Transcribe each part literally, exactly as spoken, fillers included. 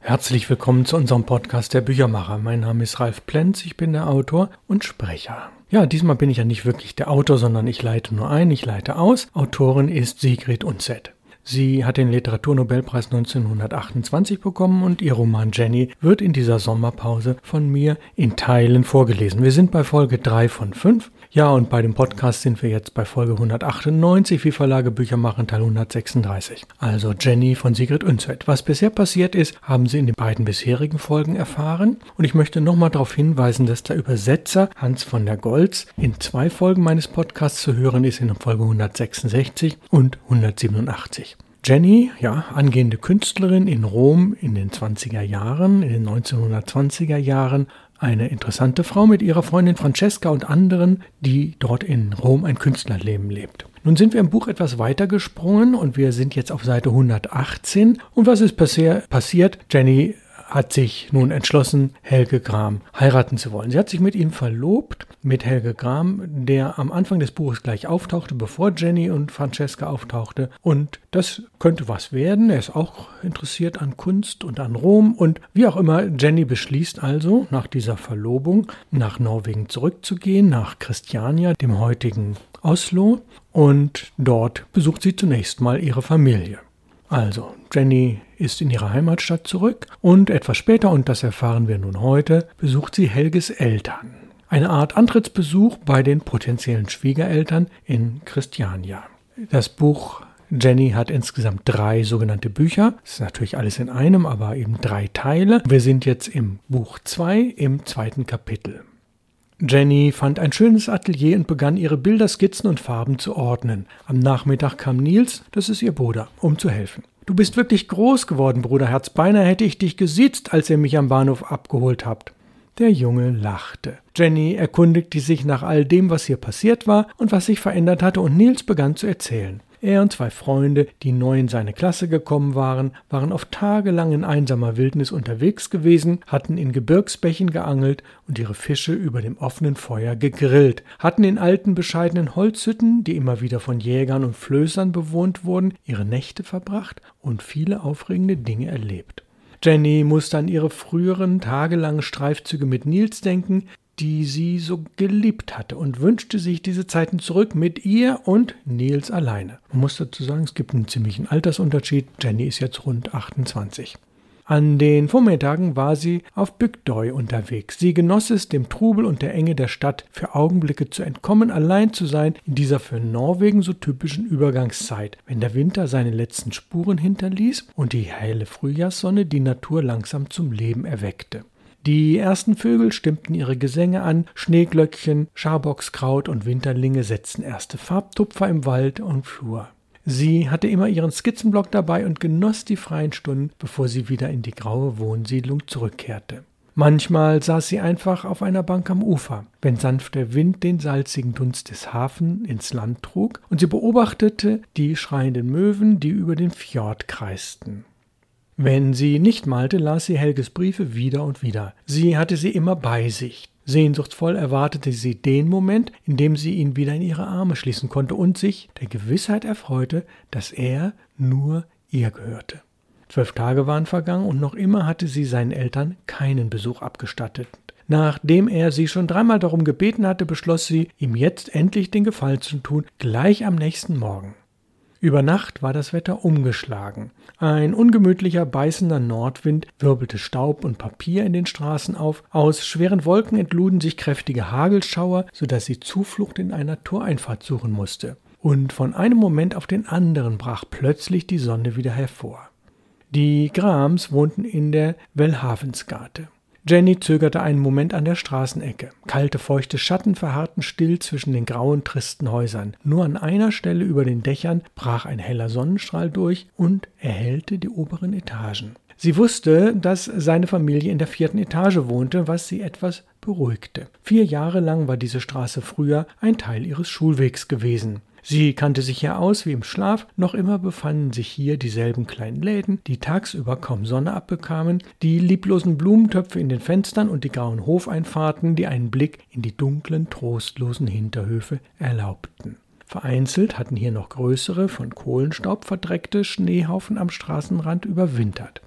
Herzlich willkommen zu unserem Podcast der Büchermacher. Mein Name ist Ralf Plenz, ich bin der Autor und Sprecher. Ja, diesmal bin ich ja nicht wirklich der Autor, sondern ich leite nur ein, ich leite aus. Autorin ist Sigrid Undset. Sie hat den Literaturnobelpreis neunzehnhundertachtundzwanzig bekommen und ihr Roman Jenny wird in dieser Sommerpause von mir in Teilen vorgelesen. Wir sind bei Folge drei von fünf. Ja, und bei dem Podcast sind wir jetzt bei Folge hundertachtundneunzig, wie Verlage Bücher machen, Teil hundertsechsunddreißig. Also Jenny von Sigrid Undset. Was bisher passiert ist, haben Sie in den beiden bisherigen Folgen erfahren. Und ich möchte nochmal darauf hinweisen, dass der Übersetzer Hans von der Goltz in zwei Folgen meines Podcasts zu hören ist, in Folge hundertsechsundsechzig und hundertsiebenundachtzig. Jenny, ja, angehende Künstlerin in Rom in den zwanziger Jahren, in den neunzehnhundertzwanziger Jahren, eine interessante Frau mit ihrer Freundin Francesca und anderen, die dort in Rom ein Künstlerleben lebt. Nun sind wir im Buch etwas weiter gesprungen und wir sind jetzt auf Seite hundertachtzehn. Und was ist passiert? Jenny hat sich nun entschlossen, Helge Gram heiraten zu wollen. Sie hat sich mit ihm verlobt, mit Helge Gram, der am Anfang des Buches gleich auftauchte, bevor Jenny und Francesca auftauchte. Und das könnte was werden. Er ist auch interessiert an Kunst und an Rom. Und wie auch immer, Jenny beschließt also, nach dieser Verlobung nach Norwegen zurückzugehen, nach Christiania, dem heutigen Oslo. Und dort besucht sie zunächst mal ihre Familie. Also, Jenny ist in ihre Heimatstadt zurück und etwas später, und das erfahren wir nun heute, besucht sie Helges Eltern. Eine Art Antrittsbesuch bei den potenziellen Schwiegereltern in Christiania. Das Buch Jenny hat insgesamt drei sogenannte Bücher. Das ist natürlich alles in einem, aber eben drei Teile. Wir sind jetzt im Buch zwei, im zweiten Kapitel. Jenny fand ein schönes Atelier und begann ihre Bilder, Skizzen und Farben zu ordnen. Am Nachmittag kam Nils, das ist ihr Bruder, um zu helfen. »Du bist wirklich groß geworden, Bruderherz. Beinahe hätte ich dich gesiezt, als ihr mich am Bahnhof abgeholt habt.« Der Junge lachte. Jenny erkundigte sich nach all dem, was hier passiert war und was sich verändert hatte, und Nils begann zu erzählen. Er und zwei Freunde, die neu in seine Klasse gekommen waren, waren oft tagelang in einsamer Wildnis unterwegs gewesen, hatten in Gebirgsbächen geangelt und ihre Fische über dem offenen Feuer gegrillt, hatten in alten, bescheidenen Holzhütten, die immer wieder von Jägern und Flößern bewohnt wurden, ihre Nächte verbracht und viele aufregende Dinge erlebt. Jenny musste an ihre früheren, tagelangen Streifzüge mit Nils denken, die sie so geliebt hatte, und wünschte sich diese Zeiten zurück mit ihr und Nils alleine. Man muss dazu sagen, es gibt einen ziemlichen Altersunterschied. Jenny ist jetzt rund achtundzwanzig. An den Vormittagen war sie auf Bygdøy unterwegs. Sie genoss es, dem Trubel und der Enge der Stadt für Augenblicke zu entkommen, allein zu sein in dieser für Norwegen so typischen Übergangszeit, wenn der Winter seine letzten Spuren hinterließ und die helle Frühjahrssonne die Natur langsam zum Leben erweckte. Die ersten Vögel stimmten ihre Gesänge an, Schneeglöckchen, Schabockskraut und Winterlinge setzten erste Farbtupfer im Wald und Flur. Sie hatte immer ihren Skizzenblock dabei und genoss die freien Stunden, bevor sie wieder in die graue Wohnsiedlung zurückkehrte. Manchmal saß sie einfach auf einer Bank am Ufer, wenn sanfter Wind den salzigen Dunst des Hafens ins Land trug, und sie beobachtete die schreienden Möwen, die über den Fjord kreisten. Wenn sie nicht malte, las sie Helges Briefe wieder und wieder. Sie hatte sie immer bei sich. Sehnsuchtsvoll erwartete sie den Moment, in dem sie ihn wieder in ihre Arme schließen konnte und sich der Gewissheit erfreute, dass er nur ihr gehörte. Zwölf Tage waren vergangen und noch immer hatte sie seinen Eltern keinen Besuch abgestattet. Nachdem er sie schon dreimal darum gebeten hatte, beschloss sie, ihm jetzt endlich den Gefallen zu tun, gleich am nächsten Morgen. Über Nacht war das Wetter umgeschlagen. Ein ungemütlicher, beißender Nordwind wirbelte Staub und Papier in den Straßen auf. Aus schweren Wolken entluden sich kräftige Hagelschauer, sodass sie Zuflucht in einer Toreinfahrt suchen musste. Und von einem Moment auf den anderen brach plötzlich die Sonne wieder hervor. Die Grams wohnten in der Welhavensgate. Jenny zögerte einen Moment an der Straßenecke. Kalte, feuchte Schatten verharrten still zwischen den grauen, tristen Häusern. Nur an einer Stelle über den Dächern brach ein heller Sonnenstrahl durch und erhellte die oberen Etagen. Sie wusste, dass seine Familie in der vierten Etage wohnte, was sie etwas beruhigte. Vier Jahre lang war diese Straße früher ein Teil ihres Schulwegs gewesen. Sie kannte sich hier aus wie im Schlaf, noch immer befanden sich hier dieselben kleinen Läden, die tagsüber kaum Sonne abbekamen, die lieblosen Blumentöpfe in den Fenstern und die grauen Hofeinfahrten, die einen Blick in die dunklen, trostlosen Hinterhöfe erlaubten. Vereinzelt hatten hier noch größere, von Kohlenstaub verdreckte Schneehaufen am Straßenrand überwintert.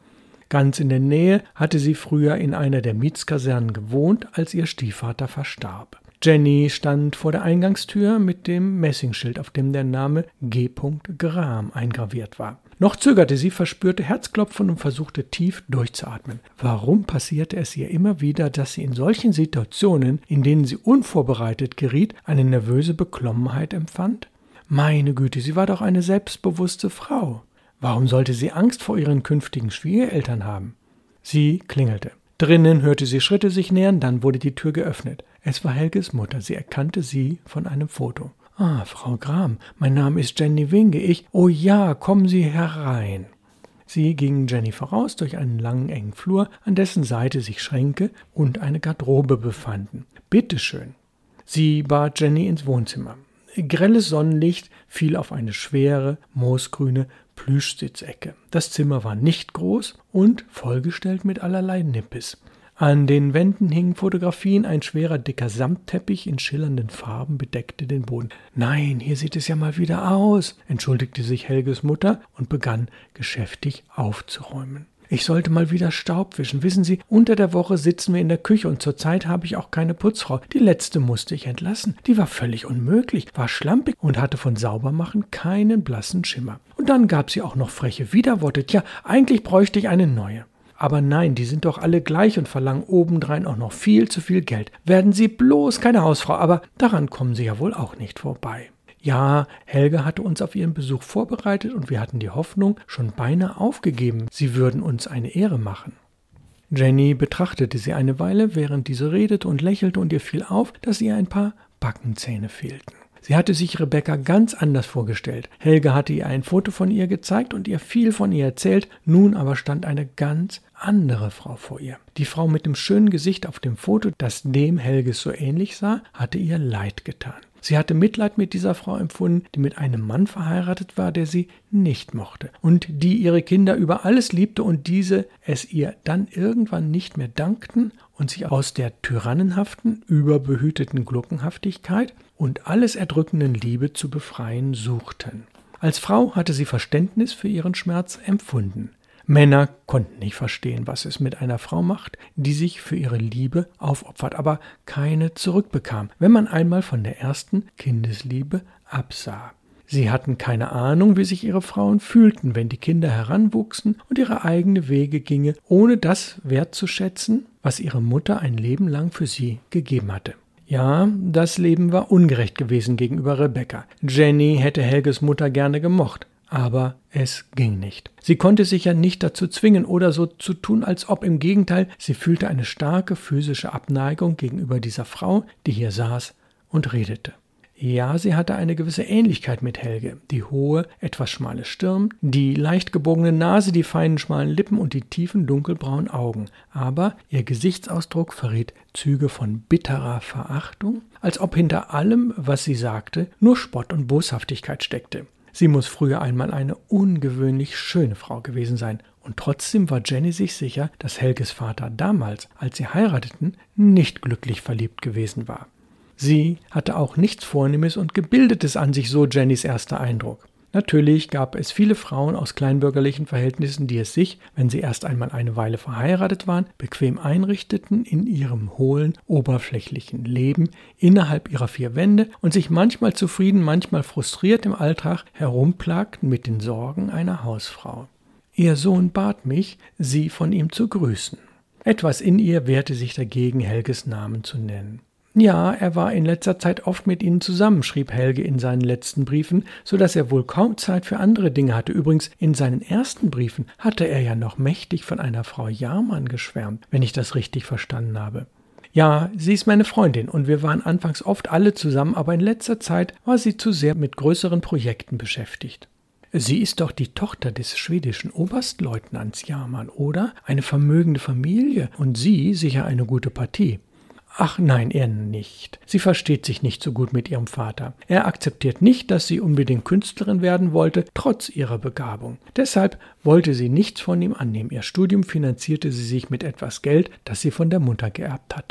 Ganz in der Nähe hatte sie früher in einer der Mietskasernen gewohnt, als ihr Stiefvater verstarb. Jenny stand vor der Eingangstür mit dem Messingschild, auf dem der Name G. Graham eingraviert war. Noch zögerte sie, verspürte Herzklopfen und versuchte tief durchzuatmen. Warum passierte es ihr immer wieder, dass sie in solchen Situationen, in denen sie unvorbereitet geriet, eine nervöse Beklommenheit empfand? Meine Güte, sie war doch eine selbstbewusste Frau. Warum sollte sie Angst vor ihren künftigen Schwiegereltern haben? Sie klingelte. Drinnen hörte sie Schritte sich nähern, dann wurde die Tür geöffnet. Es war Helges Mutter, sie erkannte sie von einem Foto. »Ah, Frau Graham, mein Name ist Jenny Winge, ich... Oh ja, kommen Sie herein.« Sie gingen Jenny voraus durch einen langen, engen Flur, an dessen Seite sich Schränke und eine Garderobe befanden. »Bitte schön.« Sie bat Jenny ins Wohnzimmer. Grelles Sonnenlicht fiel auf eine schwere, moosgrüne Plüschsitzecke. Das Zimmer war nicht groß und vollgestellt mit allerlei Nippes. An den Wänden hingen Fotografien, ein schwerer, dicker Samtteppich in schillernden Farben bedeckte den Boden. »Nein, hier sieht es ja mal wieder aus«, entschuldigte sich Helges Mutter und begann geschäftig aufzuräumen. »Ich sollte mal wieder Staub wischen. Wissen Sie, unter der Woche sitzen wir in der Küche und zurzeit habe ich auch keine Putzfrau. Die letzte musste ich entlassen. Die war völlig unmöglich, war schlampig und hatte von Saubermachen keinen blassen Schimmer. Und dann gab sie auch noch freche Widerworte. Tja, eigentlich bräuchte ich eine neue. Aber nein, die sind doch alle gleich und verlangen obendrein auch noch viel zu viel Geld. Werden Sie bloß keine Hausfrau, aber daran kommen Sie ja wohl auch nicht vorbei.« Ja, Helge hatte uns auf ihren Besuch vorbereitet und wir hatten die Hoffnung schon beinahe aufgegeben, sie würden uns eine Ehre machen. Jenny betrachtete sie eine Weile, während diese redete und lächelte, und ihr fiel auf, dass ihr ein paar Backenzähne fehlten. Sie hatte sich Rebecca ganz anders vorgestellt. Helge hatte ihr ein Foto von ihr gezeigt und ihr viel von ihr erzählt. Nun aber stand eine ganz andere Frau vor ihr. Die Frau mit dem schönen Gesicht auf dem Foto, das dem Helges so ähnlich sah, hatte ihr leid getan. Sie hatte Mitleid mit dieser Frau empfunden, die mit einem Mann verheiratet war, der sie nicht mochte und die ihre Kinder über alles liebte und diese es ihr dann irgendwann nicht mehr dankten und sich aus der tyrannenhaften, überbehüteten Gluckenhaftigkeit und alles erdrückenden Liebe zu befreien suchten. Als Frau hatte sie Verständnis für ihren Schmerz empfunden. Männer konnten nicht verstehen, was es mit einer Frau macht, die sich für ihre Liebe aufopfert, aber keine zurückbekam, wenn man einmal von der ersten Kindesliebe absah. Sie hatten keine Ahnung, wie sich ihre Frauen fühlten, wenn die Kinder heranwuchsen und ihre eigene Wege gingen, ohne das wertzuschätzen, was ihre Mutter ein Leben lang für sie gegeben hatte. Ja, das Leben war ungerecht gewesen gegenüber Rebecca. Jenny hätte Helges Mutter gerne gemocht. Aber es ging nicht. Sie konnte sich ja nicht dazu zwingen oder so zu tun, als ob. Im Gegenteil, sie fühlte eine starke physische Abneigung gegenüber dieser Frau, die hier saß und redete. Ja, sie hatte eine gewisse Ähnlichkeit mit Helge. Die hohe, etwas schmale Stirn, die leicht gebogene Nase, die feinen, schmalen Lippen und die tiefen, dunkelbraunen Augen. Aber ihr Gesichtsausdruck verriet Züge von bitterer Verachtung, als ob hinter allem, was sie sagte, nur Spott und Boshaftigkeit steckte. Sie muss früher einmal eine ungewöhnlich schöne Frau gewesen sein. Und trotzdem war Jenny sich sicher, dass Helges Vater damals, als sie heirateten, nicht glücklich verliebt gewesen war. Sie hatte auch nichts Vornehmes und Gebildetes an sich, so Jennys erster Eindruck. Natürlich gab es viele Frauen aus kleinbürgerlichen Verhältnissen, die es sich, wenn sie erst einmal eine Weile verheiratet waren, bequem einrichteten in ihrem hohlen, oberflächlichen Leben innerhalb ihrer vier Wände und sich manchmal zufrieden, manchmal frustriert im Alltag herumplagten mit den Sorgen einer Hausfrau. Ihr Sohn bat mich, sie von ihm zu grüßen. Etwas in ihr wehrte sich dagegen, Helges Namen zu nennen. Ja, er war in letzter Zeit oft mit ihnen zusammen, schrieb Helge in seinen letzten Briefen, so dass er wohl kaum Zeit für andere Dinge hatte. Übrigens, in seinen ersten Briefen hatte er ja noch mächtig von einer Frau Jahrmann geschwärmt, wenn ich das richtig verstanden habe. Ja, sie ist meine Freundin und wir waren anfangs oft alle zusammen, aber in letzter Zeit war sie zu sehr mit größeren Projekten beschäftigt. Sie ist doch die Tochter des schwedischen Oberstleutnants Jahrmann, oder? Eine vermögende Familie und sie sicher eine gute Partie. Ach nein, er nicht. Sie versteht sich nicht so gut mit ihrem Vater. Er akzeptiert nicht, dass sie unbedingt Künstlerin werden wollte, trotz ihrer Begabung. Deshalb wollte sie nichts von ihm annehmen. Ihr Studium finanzierte sie sich mit etwas Geld, das sie von der Mutter geerbt hatte.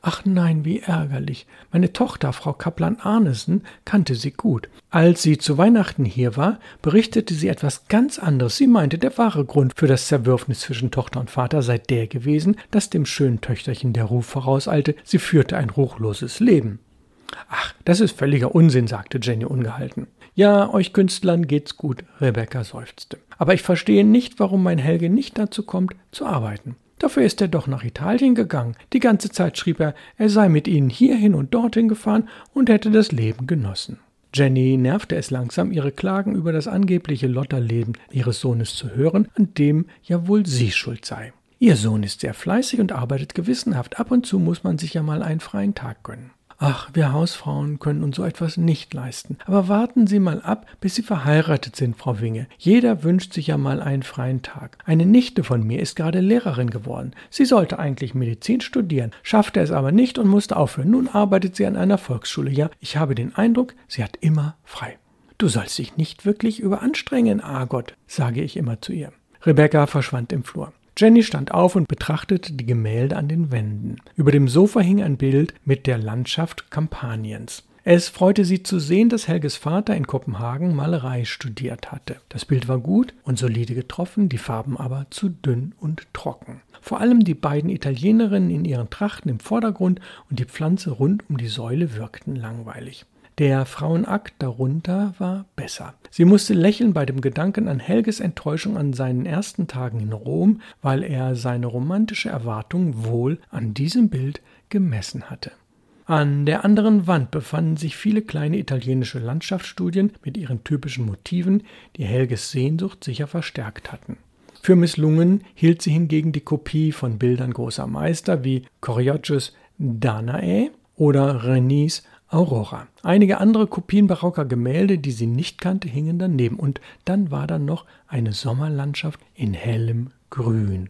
Ach nein, wie ärgerlich. Meine Tochter, Frau Kaplan-Arnesen, kannte sie gut. Als sie zu Weihnachten hier war, berichtete sie etwas ganz anderes. Sie meinte, der wahre Grund für das Zerwürfnis zwischen Tochter und Vater sei der gewesen, dass dem schönen Töchterchen der Ruf vorauseilte, sie führte ein ruchloses Leben. »Ach, das ist völliger Unsinn«, sagte Jenny ungehalten. »Ja, euch Künstlern geht's gut«, Rebecca seufzte. »Aber ich verstehe nicht, warum mein Helge nicht dazu kommt, zu arbeiten. Dafür ist er doch nach Italien gegangen. Die ganze Zeit schrieb er, er sei mit ihnen hierhin und dorthin gefahren und hätte das Leben genossen.« Jenny nervte es langsam, ihre Klagen über das angebliche Lotterleben ihres Sohnes zu hören, an dem ja wohl sie schuld sei. Ihr Sohn ist sehr fleißig und arbeitet gewissenhaft. Ab und zu muss man sich ja mal einen freien Tag gönnen. Ach, wir Hausfrauen können uns so etwas nicht leisten. Aber warten Sie mal ab, bis Sie verheiratet sind, Frau Winge. Jeder wünscht sich ja mal einen freien Tag. Eine Nichte von mir ist gerade Lehrerin geworden. Sie sollte eigentlich Medizin studieren, schaffte es aber nicht und musste aufhören. Nun arbeitet sie an einer Volksschule. Ja, ich habe den Eindruck, sie hat immer frei. Du sollst dich nicht wirklich überanstrengen, Argot, sage ich immer zu ihr. Rebecca verschwand im Flur. Jenny stand auf und betrachtete die Gemälde an den Wänden. Über dem Sofa hing ein Bild mit der Landschaft Kampaniens. Es freute sie zu sehen, dass Helges Vater in Kopenhagen Malerei studiert hatte. Das Bild war gut und solide getroffen, die Farben aber zu dünn und trocken. Vor allem die beiden Italienerinnen in ihren Trachten im Vordergrund und die Pflanze rund um die Säule wirkten langweilig. Der Frauenakt darunter war besser. Sie musste lächeln bei dem Gedanken an Helges Enttäuschung an seinen ersten Tagen in Rom, weil er seine romantische Erwartung wohl an diesem Bild gemessen hatte. An der anderen Wand befanden sich viele kleine italienische Landschaftsstudien mit ihren typischen Motiven, die Helges Sehnsucht sicher verstärkt hatten. Für misslungen hielt sie hingegen die Kopie von Bildern großer Meister wie Correggios Danae oder Renis Aurora. Einige andere Kopien barocker Gemälde, die sie nicht kannte, hingen daneben. Und dann war da noch eine Sommerlandschaft in hellem Grün.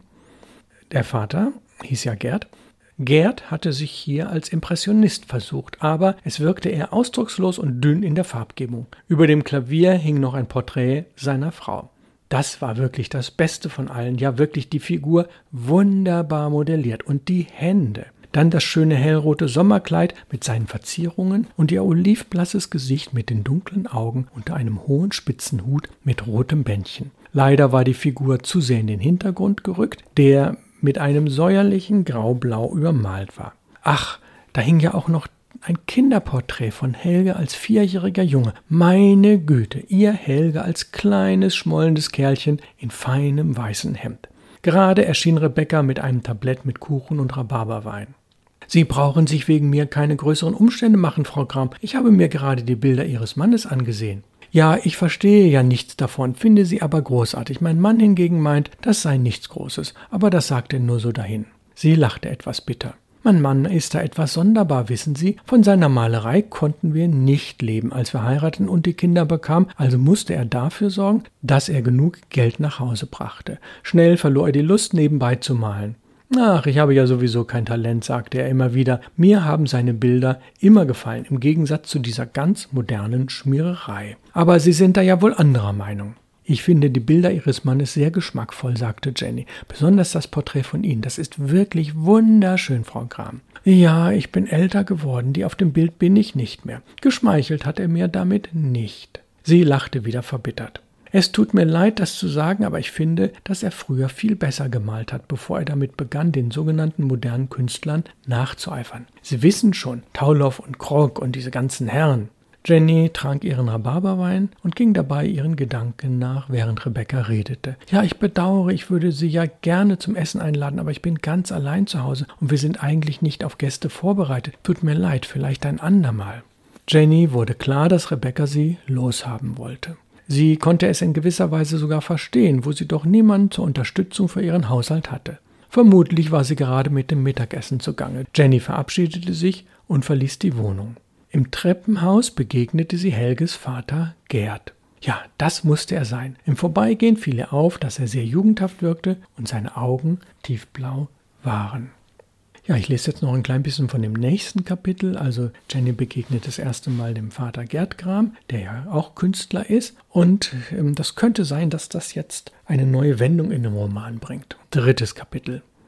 Der Vater hieß ja Gerd. Gerd hatte sich hier als Impressionist versucht, aber es wirkte eher ausdruckslos und dünn in der Farbgebung. Über dem Klavier hing noch ein Porträt seiner Frau. Das war wirklich das Beste von allen, ja wirklich die Figur wunderbar modelliert und die Hände. Dann das schöne hellrote Sommerkleid mit seinen Verzierungen und ihr olivblasses Gesicht mit den dunklen Augen unter einem hohen spitzen Hut mit rotem Bändchen. Leider war die Figur zu sehr in den Hintergrund gerückt, der mit einem säuerlichen Graublau übermalt war. Ach, da hing ja auch noch ein Kinderporträt von Helge als vierjähriger Junge. Meine Güte, ihr Helge als kleines, schmollendes Kerlchen in feinem weißen Hemd. Gerade erschien Rebecca mit einem Tablett mit Kuchen und Rhabarberwein. »Sie brauchen sich wegen mir keine größeren Umstände machen, Frau Gram. Ich habe mir gerade die Bilder Ihres Mannes angesehen.« »Ja, ich verstehe ja nichts davon, finde sie aber großartig. Mein Mann hingegen meint, das sei nichts Großes, aber das sagt er nur so dahin.« Sie lachte etwas bitter. »Mein Mann ist da etwas sonderbar, wissen Sie. Von seiner Malerei konnten wir nicht leben, als wir heirateten und die Kinder bekamen, also musste er dafür sorgen, dass er genug Geld nach Hause brachte. Schnell verlor er die Lust, nebenbei zu malen. »Ach, ich habe ja sowieso kein Talent«, sagte er immer wieder. »Mir haben seine Bilder immer gefallen, im Gegensatz zu dieser ganz modernen Schmiererei. Aber Sie sind da ja wohl anderer Meinung.« »Ich finde die Bilder Ihres Mannes sehr geschmackvoll«, sagte Jenny. »Besonders das Porträt von Ihnen. Das ist wirklich wunderschön, Frau Gram.« »Ja, ich bin älter geworden. Die auf dem Bild bin ich nicht mehr. Geschmeichelt hat er mir damit nicht.« Sie lachte wieder verbittert. »Es tut mir leid, das zu sagen, aber ich finde, dass er früher viel besser gemalt hat, bevor er damit begann, den sogenannten modernen Künstlern nachzueifern. Sie wissen schon, Thaulow und Krog und diese ganzen Herren.« Jenny trank ihren Rhabarberwein und ging dabei ihren Gedanken nach, während Rebecca redete. »Ja, ich bedauere, ich würde Sie ja gerne zum Essen einladen, aber ich bin ganz allein zu Hause und wir sind eigentlich nicht auf Gäste vorbereitet. Tut mir leid, vielleicht ein andermal.« Jenny wurde klar, dass Rebecca sie loshaben wollte. Sie konnte es in gewisser Weise sogar verstehen, wo sie doch niemanden zur Unterstützung für ihren Haushalt hatte. Vermutlich war sie gerade mit dem Mittagessen zugange. Jenny verabschiedete sich und verließ die Wohnung. Im Treppenhaus begegnete sie Helges Vater Gerd. Ja, das musste er sein. Im Vorbeigehen fiel ihr auf, dass er sehr jugendhaft wirkte und seine Augen tiefblau waren. Ja, ich lese jetzt noch ein klein bisschen von dem nächsten Kapitel. Also Jenny begegnet das erste Mal dem Vater Gerd Gram, der ja auch Künstler ist. Und ähm, das könnte sein, dass das jetzt eine neue Wendung in den Roman bringt. Drittes Kapitel.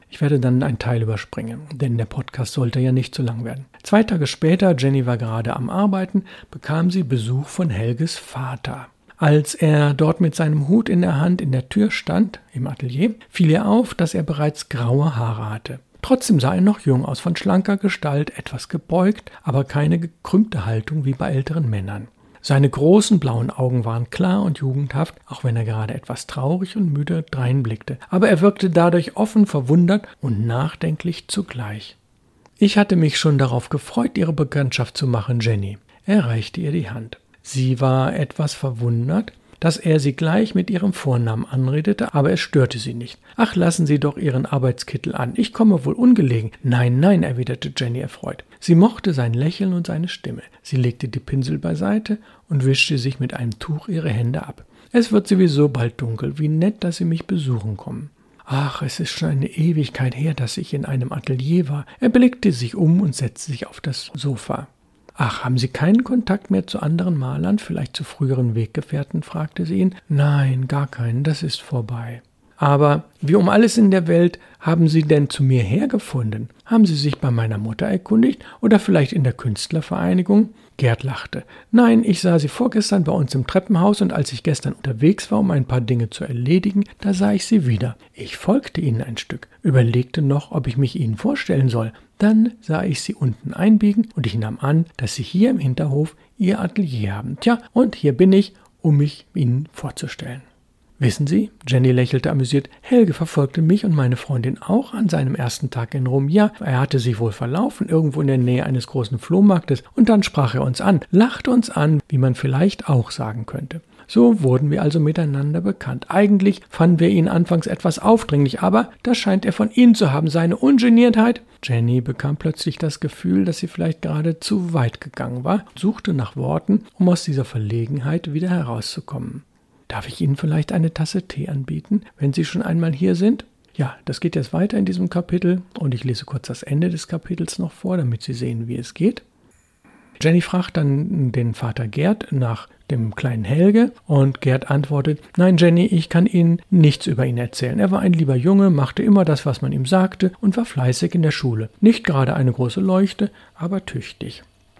Ich werde dann einen Teil überspringen, denn der Podcast sollte ja nicht zu lang werden. Zwei Tage später, Jenny war gerade am Arbeiten, bekam sie Besuch von Helges Vater. Als er dort mit seinem Hut in der Hand in der Tür stand, im Atelier, fiel ihr auf, dass er bereits graue Haare hatte. Trotzdem sah er noch jung aus, von schlanker Gestalt, etwas gebeugt, aber keine gekrümmte Haltung wie bei älteren Männern. Seine großen blauen Augen waren klar und jugendhaft, auch wenn er gerade etwas traurig und müde dreinblickte. Aber er wirkte dadurch offen, verwundert und nachdenklich zugleich. »Ich hatte mich schon darauf gefreut, Ihre Bekanntschaft zu machen, Jenny.« Er reichte ihr die Hand. Sie war etwas verwundert, dass er sie gleich mit ihrem Vornamen anredete, aber es störte sie nicht. »Ach, lassen Sie doch Ihren Arbeitskittel an, ich komme wohl ungelegen.« »Nein, nein«, erwiderte Jenny erfreut. Sie mochte sein Lächeln und seine Stimme. Sie legte die Pinsel beiseite und wischte sich mit einem Tuch ihre Hände ab. »Es wird sowieso bald dunkel, wie nett, dass Sie mich besuchen kommen.« »Ach, es ist schon eine Ewigkeit her, dass ich in einem Atelier war.« Er blickte sich um und setzte sich auf das Sofa. »Ach, haben Sie keinen Kontakt mehr zu anderen Malern, vielleicht zu früheren Weggefährten?« fragte sie ihn. »Nein, gar keinen, das ist vorbei.« »Aber wie um alles in der Welt haben Sie denn zu mir hergefunden? Haben Sie sich bei meiner Mutter erkundigt oder vielleicht in der Künstlervereinigung?« Gerd lachte. »Nein, ich sah Sie vorgestern bei uns im Treppenhaus und als ich gestern unterwegs war, um ein paar Dinge zu erledigen, da sah ich Sie wieder. Ich folgte Ihnen ein Stück, überlegte noch, ob ich mich Ihnen vorstellen soll. Dann sah ich Sie unten einbiegen und ich nahm an, dass Sie hier im Hinterhof Ihr Atelier haben. Tja, und hier bin ich, um mich Ihnen vorzustellen.« »Wissen Sie«, Jenny lächelte amüsiert, »Helge verfolgte mich und meine Freundin auch an seinem ersten Tag in Rom. Ja, er hatte sich wohl verlaufen, irgendwo in der Nähe eines großen Flohmarktes, und dann sprach er uns an, lachte uns an, wie man vielleicht auch sagen könnte. So wurden wir also miteinander bekannt. Eigentlich fanden wir ihn anfangs etwas aufdringlich, aber das scheint er von Ihnen zu haben, seine Ungeniertheit.« Jenny bekam plötzlich das Gefühl, dass sie vielleicht gerade zu weit gegangen war, suchte nach Worten, um aus dieser Verlegenheit wieder herauszukommen. »Darf ich Ihnen vielleicht eine Tasse Tee anbieten, wenn Sie schon einmal hier sind?« Ja, das geht jetzt weiter in diesem Kapitel und ich lese kurz das Ende des Kapitels noch vor, damit Sie sehen, wie es geht. Jenny fragt dann den Vater Gerd nach dem kleinen Helge und Gerd antwortet, »Nein, Jenny, ich kann Ihnen nichts über ihn erzählen. Er war ein lieber Junge, machte immer das, was man ihm sagte und war fleißig in der Schule. Nicht gerade eine große Leuchte, aber tüchtig.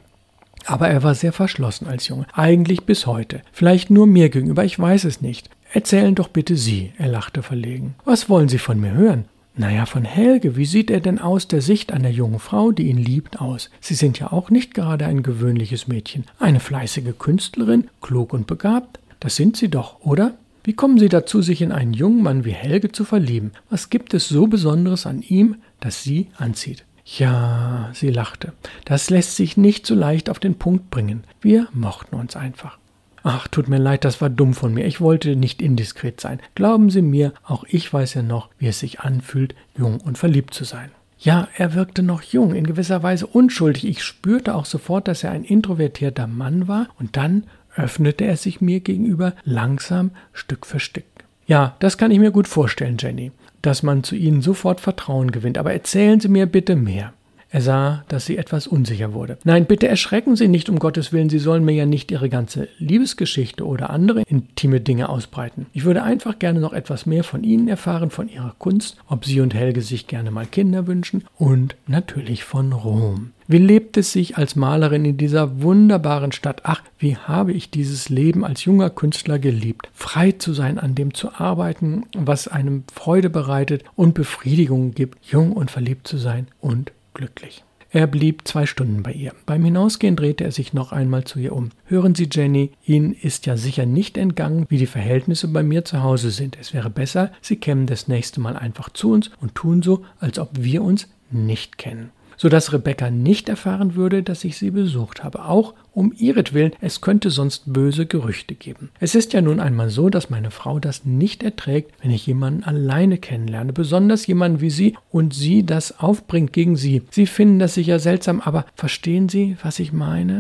Aber er war sehr verschlossen als Junge, eigentlich bis heute. Vielleicht nur mir gegenüber, ich weiß es nicht. Erzählen doch bitte Sie«, er lachte verlegen. »Was wollen Sie von mir hören?« »Naja, von Helge. Wie sieht er denn aus der Sicht einer jungen Frau, die ihn liebt, aus? Sie sind ja auch nicht gerade ein gewöhnliches Mädchen. Eine fleißige Künstlerin, klug und begabt. Das sind Sie doch, oder? Wie kommen Sie dazu, sich in einen jungen Mann wie Helge zu verlieben? Was gibt es so Besonderes an ihm, das Sie anzieht?« »Ja«, sie lachte, »das lässt sich nicht so leicht auf den Punkt bringen. Wir mochten uns einfach.« »Ach, tut mir leid, das war dumm von mir. Ich wollte nicht indiskret sein. Glauben Sie mir, auch ich weiß ja noch, wie es sich anfühlt, jung und verliebt zu sein.« Ja, er wirkte noch jung, in gewisser Weise unschuldig. Ich spürte auch sofort, dass er ein introvertierter Mann war, und dann öffnete er sich mir gegenüber langsam, Stück für Stück. »Ja, das kann ich mir gut vorstellen, Jenny, dass man zu Ihnen sofort Vertrauen gewinnt. Aber erzählen Sie mir bitte mehr.« Er sah, dass sie etwas unsicher wurde. »Nein, bitte erschrecken Sie nicht, um Gottes Willen. Sie sollen mir ja nicht Ihre ganze Liebesgeschichte oder andere intime Dinge ausbreiten. Ich würde einfach gerne noch etwas mehr von Ihnen erfahren, von Ihrer Kunst, ob Sie und Helge sich gerne mal Kinder wünschen und natürlich von Rom. Wie lebt es sich als Malerin in dieser wunderbaren Stadt? Ach, wie habe ich dieses Leben als junger Künstler geliebt. Frei zu sein, an dem zu arbeiten, was einem Freude bereitet und Befriedigung gibt, jung und verliebt zu sein und glücklich.« Er blieb zwei Stunden bei ihr. Beim Hinausgehen drehte er sich noch einmal zu ihr um. »Hören Sie, Jenny, Ihnen ist ja sicher nicht entgangen, wie die Verhältnisse bei mir zu Hause sind. Es wäre besser, Sie kämen das nächste Mal einfach zu uns und tun so, als ob wir uns nicht kennen. Sodass Rebecca nicht erfahren würde, dass ich sie besucht habe. Auch um ihretwillen, es könnte sonst böse Gerüchte geben. Es ist ja nun einmal so, dass meine Frau das nicht erträgt, wenn ich jemanden alleine kennenlerne, besonders jemanden wie Sie, und sie das aufbringt gegen Sie. Sie finden das sicher seltsam, aber verstehen Sie, was ich meine?«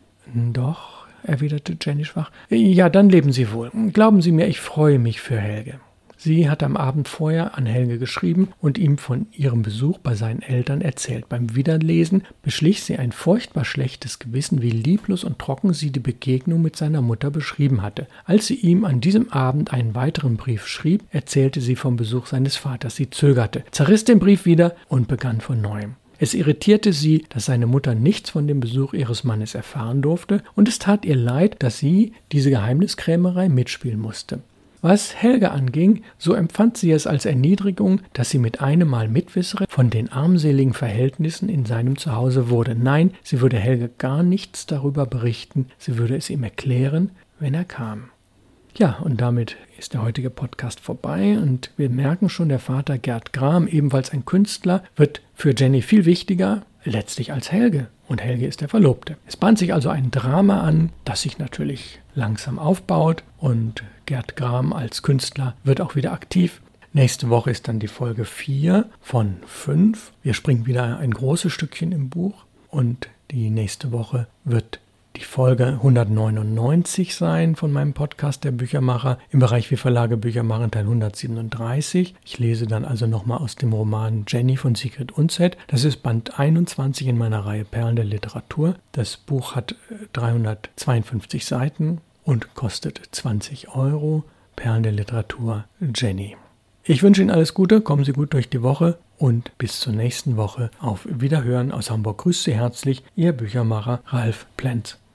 »Doch«, erwiderte Jenny schwach. »Ja, dann leben Sie wohl. Glauben Sie mir, ich freue mich für Helge.« Sie hat am Abend vorher an Helge geschrieben und ihm von ihrem Besuch bei seinen Eltern erzählt. Beim Wiederlesen beschlich sie ein furchtbar schlechtes Gewissen, wie lieblos und trocken sie die Begegnung mit seiner Mutter beschrieben hatte. Als sie ihm an diesem Abend einen weiteren Brief schrieb, erzählte sie vom Besuch seines Vaters. Sie zögerte, zerriss den Brief wieder und begann von neuem. Es irritierte sie, dass seine Mutter nichts von dem Besuch ihres Mannes erfahren durfte, und es tat ihr leid, dass sie diese Geheimniskrämerei mitspielen musste. Was Helge anging, so empfand sie es als Erniedrigung, dass sie mit einem Mal Mitwisserin von den armseligen Verhältnissen in seinem Zuhause wurde. Nein, sie würde Helge gar nichts darüber berichten, sie würde es ihm erklären, wenn er kam. Ja, und damit ist der heutige Podcast vorbei und wir merken schon, der Vater Gerd Gram, ebenfalls ein Künstler, wird für Jenny viel wichtiger, letztlich als Helge. Und Helge ist der Verlobte. Es bahnt sich also ein Drama an, das sich natürlich langsam aufbaut und Gerd Gram als Künstler wird auch wieder aktiv. Nächste Woche ist dann die Folge vier von fünf. Wir springen wieder ein großes Stückchen im Buch und die nächste Woche wird die Folge hundertneunundneunzig sein von meinem Podcast Der Büchermacher im Bereich Wie Verlage Bücher machen, Teil hundertsiebenunddreißig. Ich lese dann also nochmal aus dem Roman Jenny von Sigrid Undset. Das ist Band einundzwanzig in meiner Reihe Perlen der Literatur. Das Buch hat dreihundertzweiundfünfzig Seiten und kostet zwanzig Euro. Perlen der Literatur Jenny. Ich wünsche Ihnen alles Gute, kommen Sie gut durch die Woche und bis zur nächsten Woche. Auf Wiederhören aus Hamburg grüßt Sie herzlich Ihr Büchermacher Ralf Plenz.